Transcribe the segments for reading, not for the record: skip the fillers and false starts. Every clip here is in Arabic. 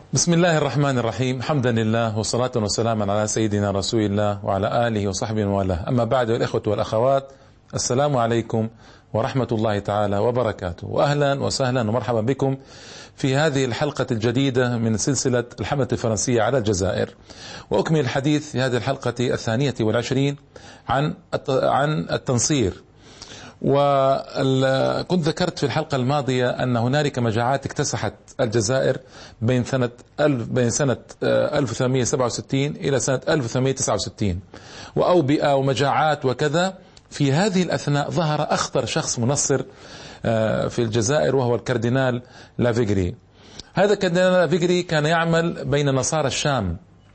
بسم الله الرحمن الرحيم. حمدا لله والصلاة والسلام على سيدنا رسول الله وعلى آله وصحبه وله. أما بعد، الإخوة والأخوات، السلام عليكم ورحمة الله تعالى وبركاته، وأهلا وسهلا ومرحبا بكم في هذه الحلقة الجديدة من سلسلة الحملة الفرنسية على الجزائر. وأكمل الحديث في هذه الحلقة 22 عن التنصير. وكنت ذكرت في الحلقة الماضية أن هنالك مجاعات اكتسحت الجزائر بين سنة 1867 إلى سنة 1869، وأوبئة ومجاعات وكذا. في هذه الأثناء ظهر أخطر شخص منصر في الجزائر، وهو الكاردينال لافيغري. هذا الكاردينال لافيغري كان يعمل بين نصارى الشام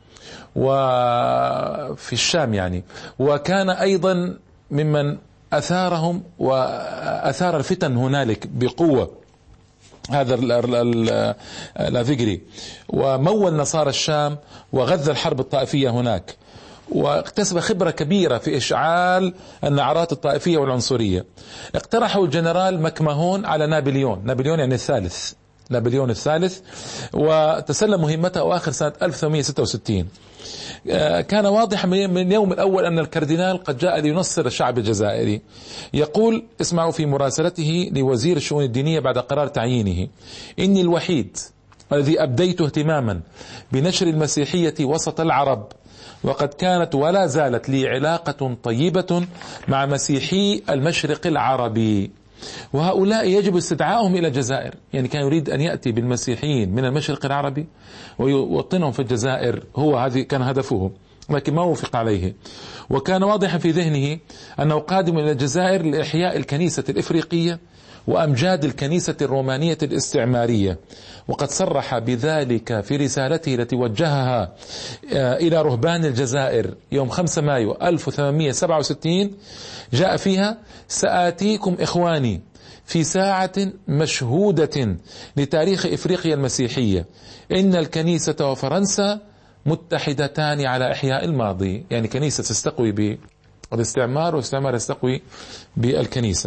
وفي الشام يعني، وكان أيضا ممن أثارهم وأثار الفتن هنالك بقوة. هذا لافيغري ومول نصارى الشام وغذى الحرب الطائفية هناك، واكتسب خبرة كبيرة في إشعال النعرات الطائفية والعنصرية. اقترحوا الجنرال مكمهون على نابليون يعني نابليون الثالث، وتسلم مهمته أواخر سنة 1866. كان واضحا من اليوم الأول أن الكاردينال قد جاء لينصر الشعب الجزائري. يقول، اسمعوا في مراسلته لوزير الشؤون الدينية بعد قرار تعيينه: إني الوحيد الذي أبديت اهتماما بنشر المسيحية وسط العرب، وقد كانت ولا زالت لي علاقة طيبة مع مسيحي المشرق العربي، وهؤلاء يجب استدعائهم إلى الجزائر. يعني كان يريد أن يأتي بالمسيحيين من المشرق العربي ويوطنهم في الجزائر، هذه كان هدفه، لكن ما وفق عليه. وكان واضحا في ذهنه أنه قادم إلى الجزائر لإحياء الكنيسة الإفريقية وأمجاد الكنيسة الرومانية الاستعمارية، وقد صرح بذلك في رسالته التي وجهها إلى رهبان الجزائر يوم 5 مايو 1867. جاء فيها: سآتيكم إخواني في ساعة مشهودة لتاريخ إفريقيا المسيحية، إن الكنيسة وفرنسا متحدتان على إحياء الماضي. يعني كنيسة تستقوي بالاستعمار، والاستعمار يستقوي بالكنيسة.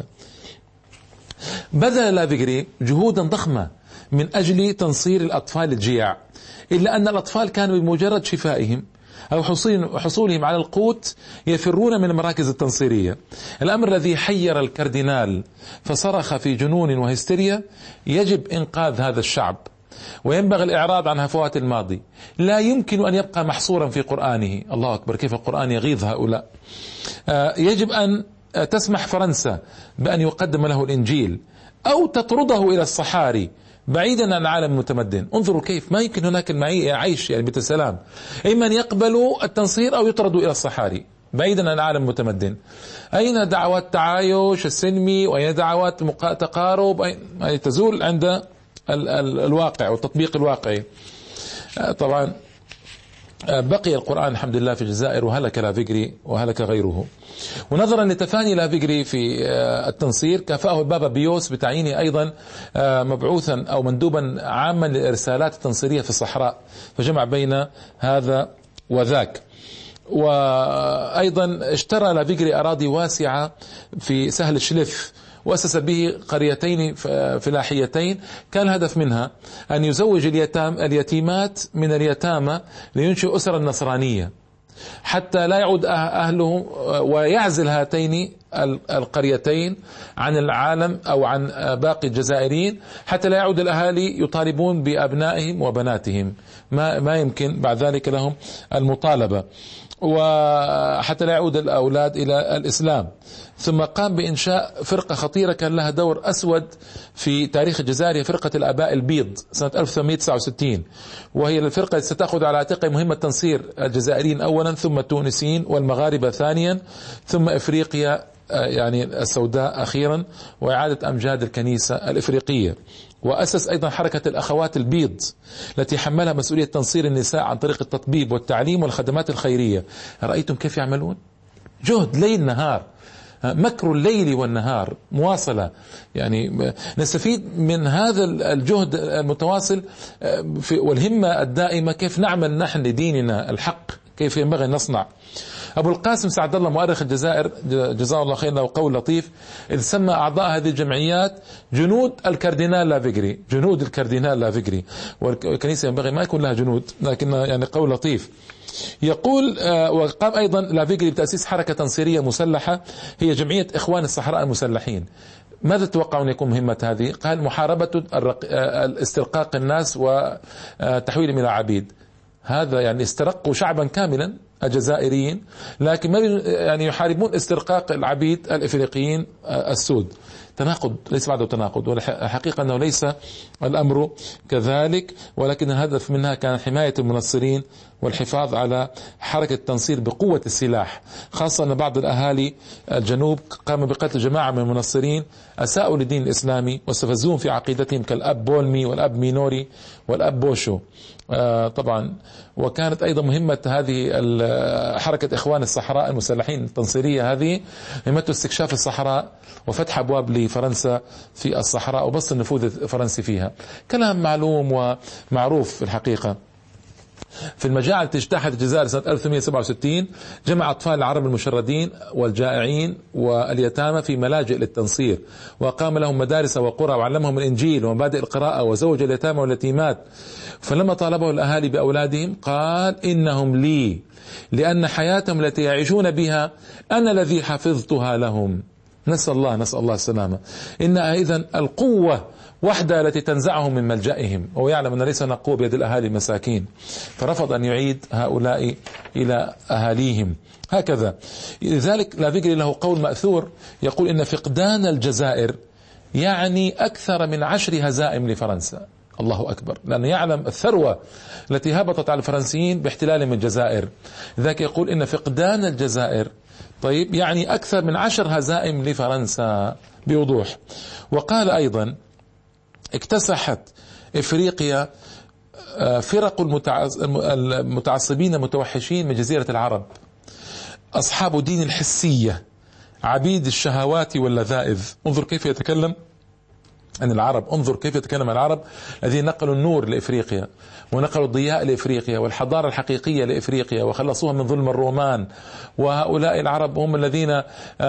بذل لافيغري جهودا ضخمة من أجل تنصير الأطفال الجياع، إلا أن الأطفال كانوا بمجرد شفائهم أو حصولهم على القوت يفرون من المراكز التنصيرية. الأمر الذي حير الكاردينال، فصرخ في جنون وهستيريا: يجب إنقاذ هذا الشعب، وينبغي الإعراض عن هفوات الماضي. لا يمكن أن يبقى محصورا في قرآنه. الله أكبر، كيف القرآن يغيظ هؤلاء. يجب أن تسمح فرنسا بأن يقدم له الإنجيل، أو تطرده إلى الصحاري بعيدا عن العالم المتمدن. انظروا كيف ما يمكن هناك عيش يعني بالسلام. إما أن يقبلوا التنصير أو يطردوا إلى الصحاري بعيدا عن العالم المتمدن. أين دعوات التعايش السلمي، وأين دعوات تقارب؟ أي تزول عند الواقع والتطبيق الواقعي. طبعا بقي القرآن الحمد لله في الجزائر، وهلك لافيغري وهلك غيره. ونظرا لتفاني لافيغري في التنصير، كافأه البابا بيوس بتعيينه أيضا مبعوثا أو مندوبا عاما للإرسالات التنصيرية في الصحراء، فجمع بين هذا وذاك. وأيضا اشترى لافيغري أراضي واسعة في سهل الشلف، وأسس به قريتين فلاحيتين. كان الهدف منها أن يزوج اليتيمات من اليتامى لينشئ أسرا نصرانية، حتى لا يعود أهله، ويعزل هاتين القريتين عن العالم أو عن باقي الجزائريين، حتى لا يعود الأهالي يطالبون بأبنائهم وبناتهم، ما يمكن بعد ذلك لهم المطالبة، وحتى لا يعود الأولاد إلى الإسلام. ثم قام بإنشاء فرقة خطيرة كان لها دور أسود في تاريخ الجزائر، فرقة الآباء البيض سنة 1869، وهي الفرقة التي ستأخذ على عاتقها مهمة تنصير الجزائريين أولا، ثم التونسيين والمغاربة ثانيا، ثم إفريقيا يعني السوداء أخيرا، وإعادة أمجاد الكنيسة الإفريقية. وأسس أيضا حركة الأخوات البيض التي حملها مسؤولية تنصير النساء عن طريق التطبيب والتعليم والخدمات الخيرية. رأيتم كيف يعملون؟ جهد ليل نهار، مكر الليل والنهار مواصلة. يعني نستفيد من هذا الجهد المتواصل والهمة الدائمة، كيف نعمل نحن لديننا الحق كيف ينبغي أن نصنع. أبو القاسم سعد الله مؤرخ الجزائر جزاه الله خير له قول لطيف، إذ سمى أعضاء هذه الجمعيات جنود الكاردينال لافيغري، جنود الكاردينال لافيغري، والكنيسة ينبغي ما يكون لها جنود، لكن يعني قول لطيف. يقول وقام أيضا لافيغري بتأسيس حركة تنصيرية مسلحة هي جمعية إخوان الصحراء المسلحين. ماذا تتوقعون يكون مهمة هذه؟ قال محاربة استرقاق الناس وتحويلهم إلى عبيد. هذا يعني استرقوا شعبا كاملا الجزائريين، لكن ما يعني يحاربون استرقاق العبيد الإفريقيين السود. تناقض، ليس بعده تناقض، والحقيقة أنه ليس الأمر كذلك، ولكن الهدف منها كان حماية المنصرين والحفاظ على حركة التنصير بقوة السلاح، خاصة أن بعض الأهالي الجنوب قاموا بقتل جماعة من المنصرين أساءوا للدين الإسلامي واستفزوهم في عقيدتهم كالأب بولمي والأب مينوري والأب بوشو. طبعا. وكانت أيضا مهمة هذه حركة إخوان الصحراء المسلحين التنصيرية هذه مهمته استكشاف الصحراء وفتح أبواب لفرنسا في الصحراء وبسط النفوذ الفرنسي فيها. كلام معلوم ومعروف في الحقيقة. في المجاعة التي اجتاحت الجزائر سنة 1867 جمع أطفال العرب المشردين والجائعين واليتامى في ملاجئ للتنصير، وقام لهم مدارس وقرى وعلمهم الإنجيل ومبادئ القراءة، وزوج اليتامى واليتيمات. فلما طالبه الأهالي بأولادهم قال إنهم لي، لأن حياتهم التي يعيشون بها أنا الذي حفظتها لهم. نسأل الله السلامة. إن إذن القوة وحدة التي تنزعهم من ملجئهم، وهو يعلم أن ليس قوة بيد الأهالي المساكين، فرفض أن يعيد هؤلاء إلى أهاليهم. هكذا. لذلك لافيغري له قول مأثور يقول إن فقدان الجزائر يعني أكثر من 10 هزائم لفرنسا. الله أكبر، لأنه يعلم الثروة التي هبطت على الفرنسيين باحتلالهم الجزائر. لذلك يقول إن فقدان الجزائر طيب يعني أكثر من 10 هزائم لفرنسا بوضوح. وقال أيضا اكتسحت إفريقيا فرق المتعصبين المتوحشين من جزيرة العرب، أصحاب دين الحسية، عبيد الشهوات واللذائذ. انظر كيف يتكلم عن العرب، انظر كيف يتكلم عن العرب الذين نقلوا النور لإفريقيا ونقلوا الضياء لإفريقيا والحضارة الحقيقية لإفريقيا وخلصوها من ظلم الرومان. وهؤلاء العرب هم الذين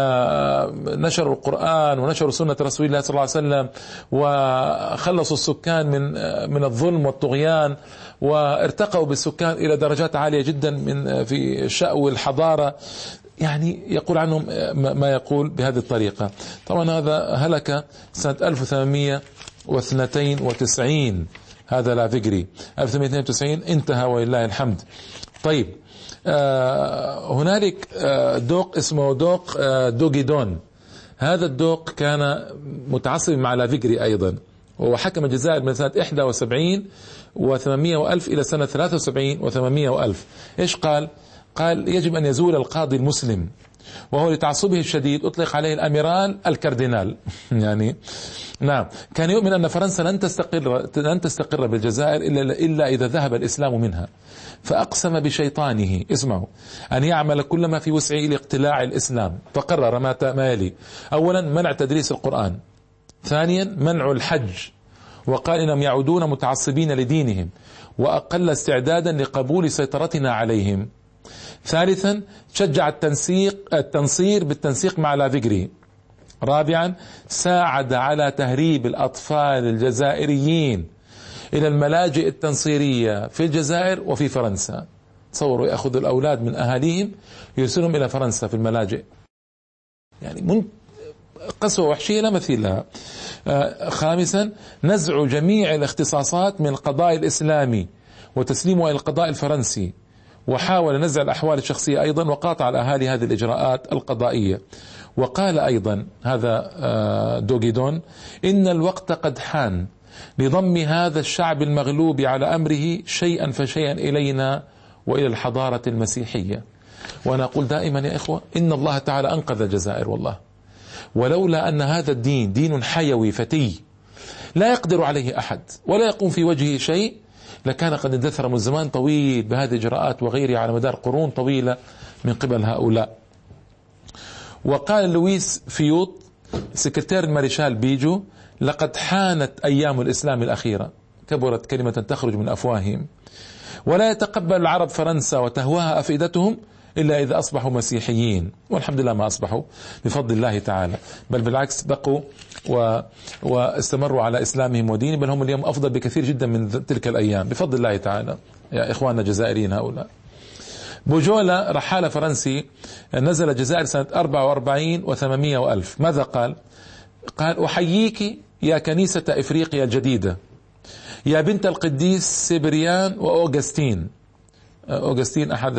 نشروا القرآن ونشروا سنة رسول الله صلى الله عليه وسلم وخلصوا السكان من الظلم والطغيان، وارتقوا بالسكان إلى درجات عالية جدا من في شأو الحضارة. يعني يقول عنهم ما يقول بهذه الطريقة. طبعا هذا هلك سنة 1892، هذا لافيغري 1892 انتهى ولله الحمد. طيب هنالك دوق اسمه دوق دوغيدون. هذا الدوق كان متعصب مع لافيغري أيضا، وحكم الجزائر من سنة 71 و800 وألف إلى سنة 73 و800 وألف. إيش قال؟ قال يجب أن يزول القاضي المسلم، وهو لتعصبه الشديد أطلق عليه الأميرال الكاردينال. يعني نعم، كان يؤمن أن فرنسا لن تستقر بالجزائر إلا إذا ذهب الإسلام منها، فأقسم بشيطانه اسمعوا أن يعمل كل ما في وسعه لاقتلاع الإسلام. فقرر ما يلي: أولا منع تدريس القرآن، ثانيا منع الحج، وقال إنهم يعودون متعصبين لدينهم وأقل استعدادا لقبول سيطرتنا عليهم، ثالثا شجع التنصير بالتنسيق مع لافيغري، رابعا ساعد على تهريب الأطفال الجزائريين إلى الملاجئ التنصيرية في الجزائر وفي فرنسا. تصوروا يأخذ الأولاد من أهاليهم يرسلهم إلى فرنسا في الملاجئ، يعني قسوة وحشية لا مثيل لها. خامسا نزع جميع الاختصاصات من القضاء الإسلامي وتسليمه إلى القضاء الفرنسي، وحاول نزع الأحوال الشخصية أيضا، وقاطع الأهالي هذه الإجراءات القضائية. وقال أيضا هذا دوغيدون إن الوقت قد حان لضم هذا الشعب المغلوب على أمره شيئا فشيئا إلينا وإلى الحضارة المسيحية. وأنا أقول دائما يا إخوة إن الله تعالى أنقذ الجزائر والله، ولولا أن هذا الدين دين حيوي فتي لا يقدر عليه أحد ولا يقوم في وجهه شيء لكان قد اندثر من زمان طويل بهذه الإجراءات وغيرها على مدار قرون طويلة من قبل هؤلاء. وقال لويس فيوط سكرتير المارشال بيجو لقد حانت أيام الإسلام الأخيرة، كبرت كلمة تخرج من أفواههم. ولا يتقبل العرب فرنسا وتهواها أفئدتهم إلا إذا أصبحوا مسيحيين، والحمد لله ما أصبحوا بفضل الله تعالى، بل بالعكس بقوا واستمروا على إسلامهم ودينهم، بل هم اليوم أفضل بكثير جدا من تلك الأيام بفضل الله تعالى يا إخواننا الجزائريين هؤلاء. بوجولا رحالة فرنسي نزل الجزائر سنة 44 و800 وألف. ماذا قال؟ قال: أحييك يا كنيسة إفريقيا الجديدة، يا بنت القديس سيبريان وأوغسطين. أوغسطين أحد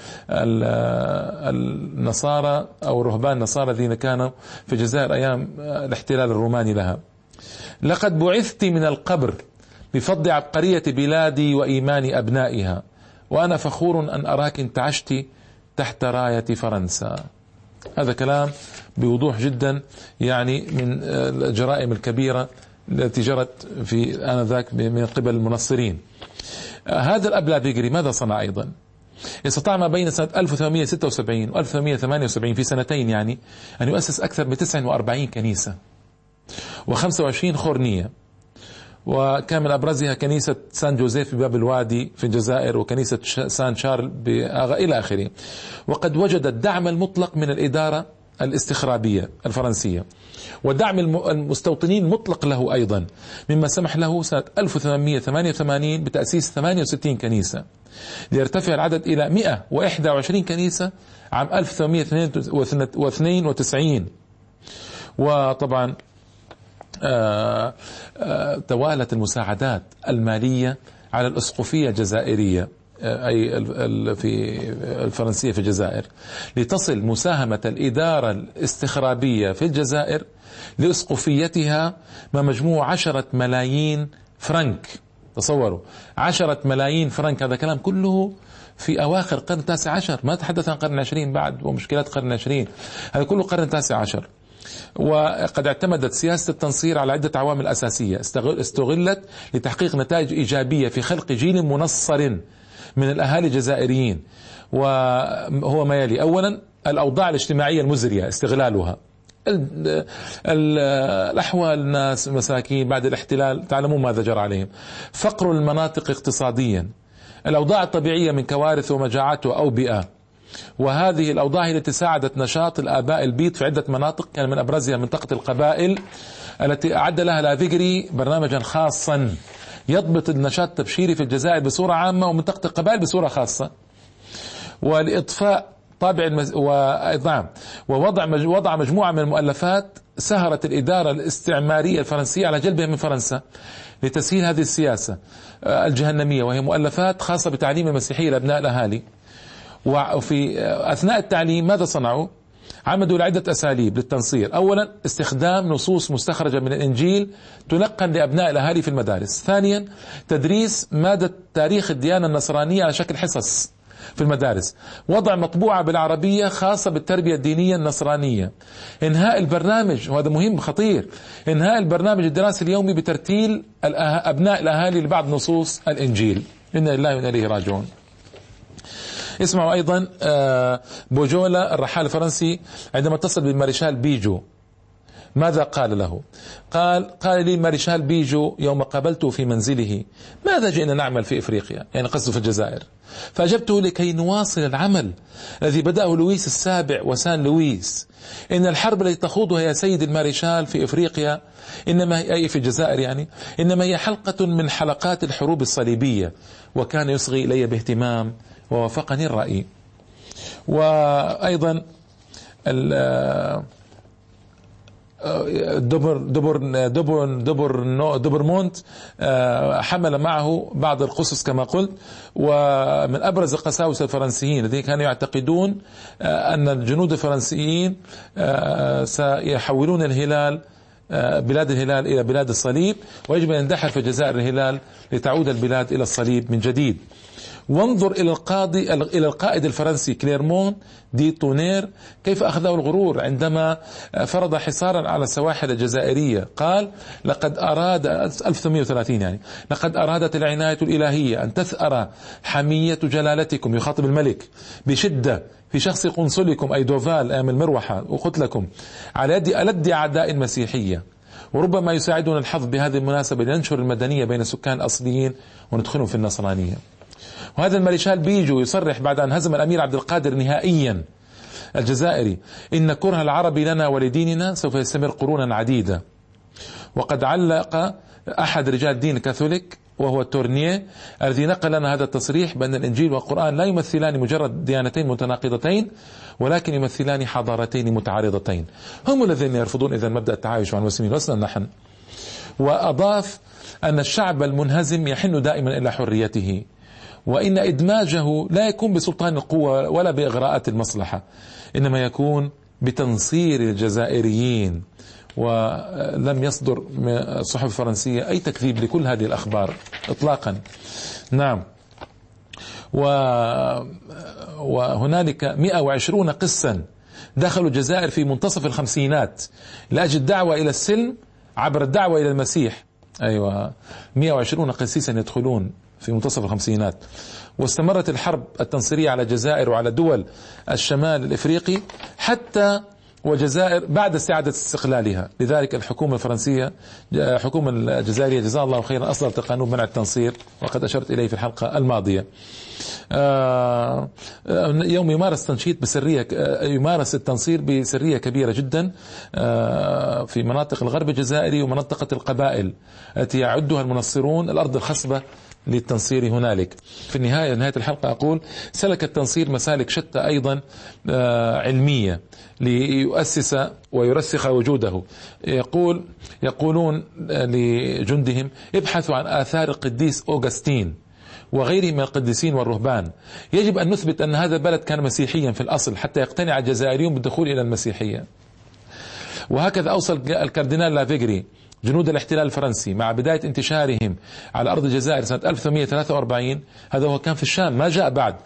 النصارى أو رهبان النصارى الذين كانوا في الجزائر أيام الاحتلال الروماني لها. لقد بعثت من القبر بفضل عبقرية بلادي وإيمان أبنائها، وأنا فخور أن أراك انتعشت تحت راية فرنسا. هذا كلام بوضوح جدا يعني من الجرائم الكبيرة التي جرت في آنذاك من قبل المنصرين. هذا الأب لافيغري ماذا صنع أيضا؟ استطاع ما بين سنة 1876 و 1878 في سنتين يعني أن يؤسس أكثر من 49 كنيسة و25 خورنية، وكان من أبرزها كنيسة سان جوزيف بباب الوادي في الجزائر، وكنيسة سان شارل إلى آخره. وقد وجد الدعم المطلق من الإدارة الاستخرابية الفرنسية، ودعم المستوطنين مطلق له أيضا، مما سمح له سنة 1888 بتأسيس 68 كنيسة، ليرتفع العدد إلى 121 كنيسة عام 1892. وطبعا توالت المساعدات المالية على الأسقفية الجزائرية أي في الفرنسية في الجزائر، لتصل مساهمة الإدارة الاستخرابية في الجزائر لأسقفيتها ما مجموع 10 ملايين فرنك. تصوروا 10 ملايين فرنك، هذا كلام كله في أواخر القرن 19، ما تحدث عن القرن 20 بعد ومشكلات القرن 20، هذا كله قرن 19. وقد اعتمدت سياسة التنصير على عدة عوامل أساسية استغلت لتحقيق نتائج إيجابية في خلق جيل منصر من الأهالي الجزائريين، وهو ما يلي: أولا الأوضاع الاجتماعية المزرية استغلالها، الأحوال، الناس مساكين بعد الاحتلال تعلمون ماذا جرى عليهم، فقر المناطق اقتصاديا، الأوضاع الطبيعية من كوارث ومجاعات وأوبئة، وهذه الأوضاع هي التي ساعدت نشاط الآباء البيض في عدة مناطق، كان من أبرزها منطقة القبائل التي أعد لها لافيغري برنامجا خاصا يضبط النشاط التبشيري في الجزائر بصورة عامة ومنطقة القبائل بصورة خاصة، ولإطفاء طابع ووضع مجموعة من المؤلفات سهرت الإدارة الاستعمارية الفرنسية على جلبها من فرنسا لتسهيل هذه السياسة الجهنمية، وهي مؤلفات خاصة بتعليم المسيحية لأبناء الأهالي. وفي أثناء التعليم ماذا صنعوا؟ عمدوا لعدة أساليب للتنصير. أولا استخدام نصوص مستخرجة من الإنجيل تلقن لأبناء الأهالي في المدارس. ثانيا تدريس مادة تاريخ الديانة النصرانية على شكل حصص في المدارس، وضع مطبوعة بالعربية خاصة بالتربية الدينية النصرانية. إنهاء البرنامج، وهذا مهم خطير، إنهاء البرنامج الدراسي اليومي بترتيل أبناء الأهالي لبعض نصوص الإنجيل. إنا لله وإنا إليه راجعون. اسمعوا أيضا بوجولا الرحال الفرنسي عندما اتصل بالمارشال بيجو ماذا قال له؟ قال لي مارشال بيجو يوم قابلته في منزله: ماذا جئنا نعمل في إفريقيا؟ يعني قصده في الجزائر. فأجبته: لكي نواصل العمل الذي بدأه لويس السابع وسان لويس. إن الحرب التي تخوضها يا سيد المارشال في إفريقيا إنما هي في الجزائر يعني إنما هي حلقة من حلقات الحروب الصليبية. وكان يصغي إلي باهتمام ووافقني الرأي. وأيضا دوبرمونت حمل معه بعض القصص كما قلت، ومن أبرز القساوسة الفرنسيين الذين كانوا يعتقدون أن الجنود الفرنسيين سيحولون الهلال بلاد الهلال إلى بلاد الصليب، ويجب أن يندحر في الجزائر الهلال لتعود البلاد إلى الصليب من جديد. وانظر إلى القائد الفرنسي كليرمون دي تونير كيف أخذه الغرور عندما فرض حصارا على السواحل الجزائرية. قال: لقد أراد 1830 يعني لقد أرادت العناية الإلهية أن تثأر حمية جلالتكم، يخاطب الملك بشدة في شخص قنصلكم أي دوفال أيام المروحة وقتلكم على يد ألد أعداء المسيحية، وربما يساعدون الحظ بهذه المناسبة لننشر المدنية بين السكان الأصليين وندخلهم في النصرانية. وهذا المارشال بيجو يصرح بعد أن هزم الأمير عبد القادر نهائيا الجزائري: إن كره العرب لنا ولديننا سوف يستمر قرونا عديدة. وقد علق أحد رجال الدين الكاثوليك وهو تورنيه الذي نقل لنا هذا التصريح بأن الإنجيل والقرآن لا يمثلان مجرد ديانتين متناقضتين، ولكن يمثلان حضارتين متعارضتين. هم الذين يرفضون إذا مبدأ التعايش مع المسلمين، لسنا نحن. وأضاف أن الشعب المنهزم يحن دائما إلى حريته، وإن إدماجه لا يكون بسلطان القوة ولا بإغراءات المصلحة، إنما يكون بتنصير الجزائريين. ولم يصدر من الصحف الفرنسية أي تكذيب لكل هذه الأخبار إطلاقا. نعم. وهنالك 120 قسا دخلوا الجزائر في منتصف الخمسينات لأجل الدعوة إلى السلم عبر الدعوة إلى المسيح. أيوة، 120 قسيسا يدخلون في منتصف الخمسينات. واستمرت الحرب التنصيرية على الجزائر وعلى دول الشمال الإفريقي حتى والجزائر بعد استعادة استقلالها. لذلك الحكومة الفرنسية، الحكومة الجزائرية جزاها الله خيرا، أصدرت قانون منع التنصير، وقد أشرت إليه في الحلقة الماضية. يوم يمارس تنشيط بسرية، يمارس التنصير بسرية كبيرة جدا في مناطق الغرب الجزائري ومنطقة القبائل التي يعدها المنصرون الأرض الخصبة للتنصير هنالك. في نهاية الحلقة أقول: سلك التنصير مسالك شتى أيضا علمية ليؤسس ويرسخ وجوده. يقولون لجندهم: ابحثوا عن آثار القديس أوغسطين وغيره من القديسين والرهبان. يجب أن نثبت أن هذا البلد كان مسيحيا في الأصل حتى يقتنع الجزائريون بالدخول إلى المسيحية. وهكذا أوصل الكاردينال لافيغري جنود الاحتلال الفرنسي مع بداية انتشارهم على أرض الجزائر سنة 1843، هذا هو كان في الشام ما جاء بعد،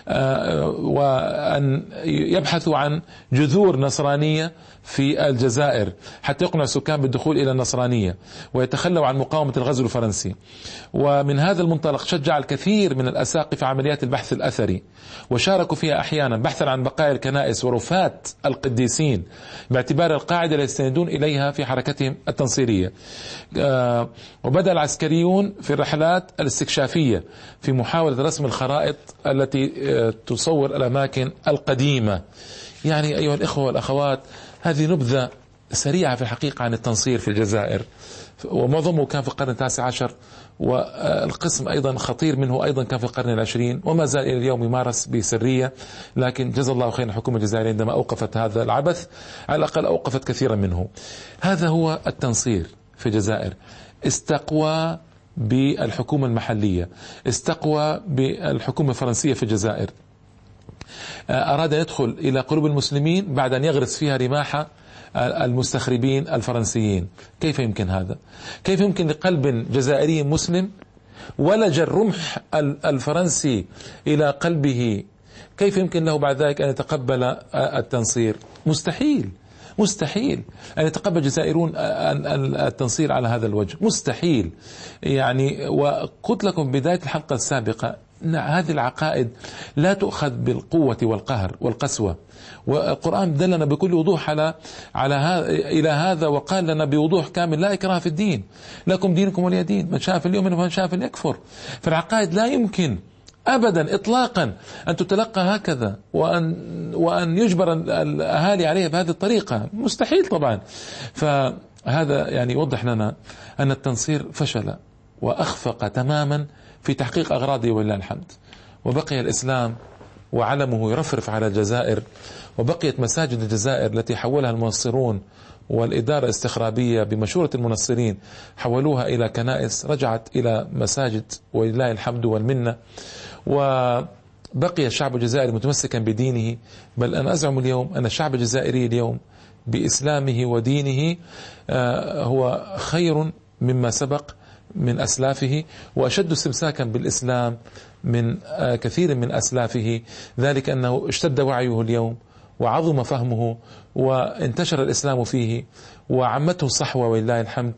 وأن يبحثوا عن جذور نصرانية في الجزائر حتى يقنع السكان بالدخول إلى النصرانية ويتخلوا عن مقاومة الغزو الفرنسي. ومن هذا المنطلق شجع الكثير من الأساقفة عمليات البحث الأثري، وشاركوا فيها أحيانا بحثا عن بقايا الكنائس ورفات القديسين باعتبار القاعدة التي يستندون إليها في حركتهم التنصيرية. وبدأ العسكريون في الرحلات الاستكشافية في محاولة رسم الخرائط التي تصور الأماكن القديمة. يعني أيها الإخوة والأخوات، هذه نبذة سريعة في الحقيقة عن التنصير في الجزائر، ومعظمه كان في القرن التاسع عشر، والقسم أيضا خطير منه أيضا كان في القرن العشرين، وما زال إلى اليوم يمارس بسرية. لكن جزا الله خير الحكومة الجزائرية عندما أوقفت هذا العبث، على الأقل أوقفت كثيرا منه. هذا هو التنصير في الجزائر. استقوى بالحكومة المحلية، استقوى بالحكومة الفرنسية في الجزائر. أراد أن يدخل إلى قلوب المسلمين بعد أن يغرس فيها رماح المستخربين الفرنسيين. كيف يمكن هذا؟ كيف يمكن لقلب جزائري مسلم ولج الرمح الفرنسي إلى قلبه، كيف يمكن له بعد ذلك أن يتقبل التنصير؟ مستحيل، مستحيل أن يتقبل جزائرون التنصير على هذا الوجه، مستحيل. يعني وقلت لكم بداية الحلقة السابقة أن هذه العقائد لا تؤخذ بالقوة والقهر والقسوة، والقرآن دلنا بكل وضوح إلى هذا، وقال لنا بوضوح كامل: لا إكراه في الدين، لكم دينكم ولي دين، من شاء فليؤمن ومن شاء فليكفر. فالعقائد لا يمكن أبدا إطلاقا أن تتلقى هكذا وأن يجبر الأهالي عليها بهذه الطريقة، مستحيل طبعا. فهذا يعني يوضح لنا أن التنصير فشل وأخفق تماما في تحقيق أغراضه ولله الحمد، وبقي الإسلام وعلمه يرفرف على الجزائر، وبقيت مساجد الجزائر التي حولها المنصرون والإدارة الاستخرابية بمشورة المنصرين حولوها إلى كنائس، رجعت إلى مساجد ولله الحمد والمنة. وبقي الشعب الجزائري متمسكا بدينه، بل أنا أزعم اليوم أن الشعب الجزائري اليوم بإسلامه ودينه هو خير مما سبق من أسلافه، وأشد استمساكا بالإسلام من كثير من أسلافه، ذلك أنه اشتد وعيه اليوم وعظم فهمه وانتشر الإسلام فيه وعمته الصحوة ولله الحمد،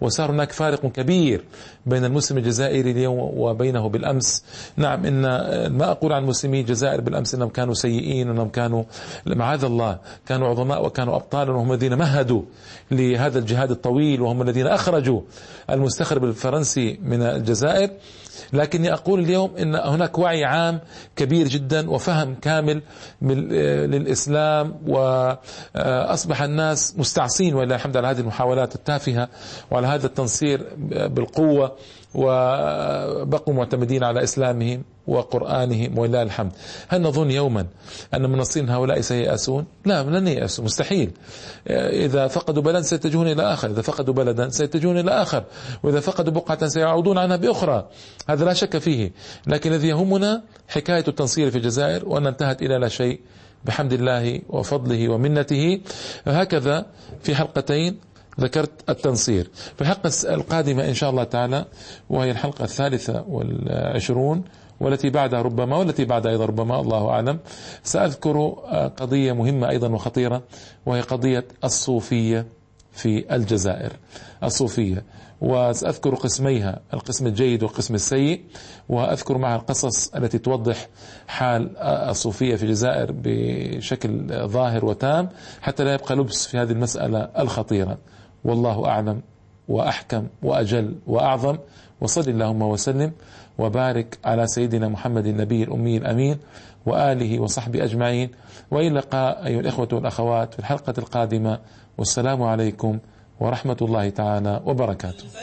وصار هناك فارق كبير بين المسلم الجزائري اليوم وبينه بالأمس. نعم، إن ما أقول عن مسلمي الجزائر بالأمس إنهم كانوا سيئين، إنهم كانوا معاذ الله كانوا عظماء وكانوا أبطالا، وهم الذين مهدوا لهذا الجهاد الطويل، وهم الذين أخرجوا المستخرب الفرنسي من الجزائر. لكني أقول اليوم إن هناك وعي عام كبير جدا وفهم كامل للإسلام، وأصبح الناس مستعصين ولله الحمد على هذه المحاولات التافهة وعلى هذا التنصير بالقوة، وبقوا معتمدين على إسلامهم وقرآنهم ولله الحمد. هل نظن يوما أن منصرين هؤلاء سيأسون؟ لا، لن يأسوا، مستحيل. إذا فقدوا بلدا سيتجهون إلى آخر، إذا فقدوا بلدا سيتجهون إلى آخر، وإذا فقدوا بقعة سيعودون عنها بأخرى، هذا لا شك فيه. لكن الذي يهمنا حكاية التنصير في الجزائر، وأن انتهت إلى لا شيء بحمد الله وفضله ومنته. هكذا في حلقتين ذكرت التنصير. في الحلقة القادمة إن شاء الله تعالى، وهي الحلقة 23 والتي بعدها ربما والتي بعدها أيضا ربما، الله أعلم، سأذكر قضية مهمة أيضا وخطيرة، وهي قضية الصوفية في الجزائر. الصوفية، وسأذكر قسميها، القسم الجيد والقسم السيء، وأذكر معها القصص التي توضح حال الصوفية في الجزائر بشكل ظاهر وتام، حتى لا يبقى لبس في هذه المسألة الخطيرة. والله أعلم وأحكم وأجل وأعظم. وصل اللهم وسلم وبارك على سيدنا محمد النبي الأمي الأمين وآله وصحبه أجمعين، وإلى اللقاء أيها الإخوة والأخوات في الحلقة القادمة، والسلام عليكم ورحمة الله تعالى وبركاته.